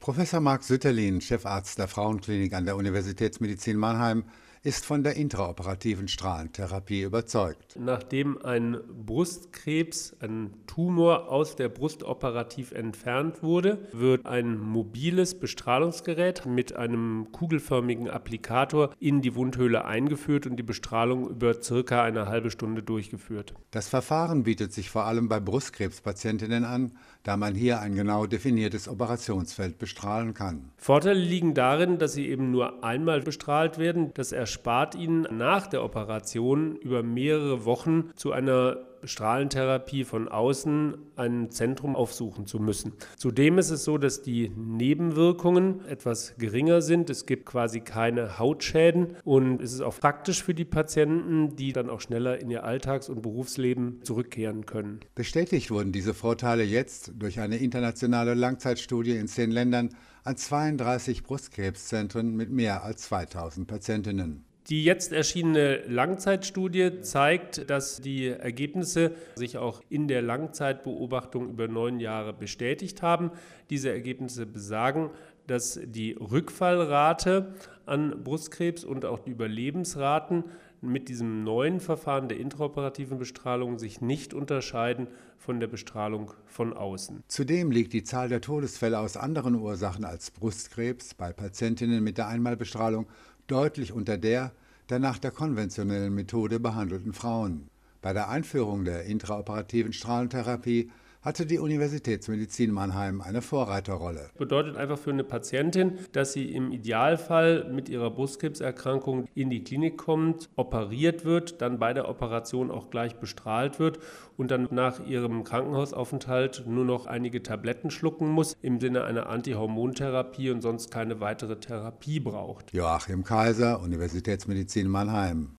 Professor Marc Sütterlin, Chefarzt der Frauenklinik an der Universitätsmedizin Mannheim, ist von der intraoperativen Strahlentherapie überzeugt. Nachdem ein Brustkrebs, ein Tumor aus der Brust operativ entfernt wurde, wird ein mobiles Bestrahlungsgerät mit einem kugelförmigen Applikator in die Wundhöhle eingeführt und die Bestrahlung über circa eine halbe Stunde durchgeführt. Das Verfahren bietet sich vor allem bei Brustkrebspatientinnen an, da man hier ein genau definiertes Operationsfeld bestrahlen kann. Vorteile liegen darin, dass sie eben nur einmal bestrahlt werden. Das erspart ihnen nach der Operation über mehrere Wochen zu einer Strahlentherapie von außen ein Zentrum aufsuchen zu müssen. Zudem ist es so, dass die Nebenwirkungen etwas geringer sind. Es gibt quasi keine Hautschäden und es ist auch praktisch für die Patienten, die dann auch schneller in ihr Alltags- und Berufsleben zurückkehren können. Bestätigt wurden diese Vorteile jetzt durch eine internationale Langzeitstudie in 10 Ländern an 32 Brustkrebszentren mit mehr als 2000 Patientinnen. Die jetzt erschienene Langzeitstudie zeigt, dass die Ergebnisse sich auch in der Langzeitbeobachtung über 9 Jahre bestätigt haben. Diese Ergebnisse besagen, dass die Rückfallrate an Brustkrebs und auch die Überlebensraten mit diesem neuen Verfahren der intraoperativen Bestrahlung sich nicht unterscheiden von der Bestrahlung von außen. Zudem liegt die Zahl der Todesfälle aus anderen Ursachen als Brustkrebs bei Patientinnen mit der Einmalbestrahlung deutlich unter der nach der konventionellen Methode behandelten Frauen. Bei der Einführung der intraoperativen Strahlentherapie hatte die Universitätsmedizin Mannheim eine Vorreiterrolle. Bedeutet einfach für eine Patientin, dass sie im Idealfall mit ihrer Brustkrebserkrankung in die Klinik kommt, operiert wird, dann bei der Operation auch gleich bestrahlt wird und dann nach ihrem Krankenhausaufenthalt nur noch einige Tabletten schlucken muss, im Sinne einer Antihormontherapie und sonst keine weitere Therapie braucht. Joachim Kaiser, Universitätsmedizin Mannheim.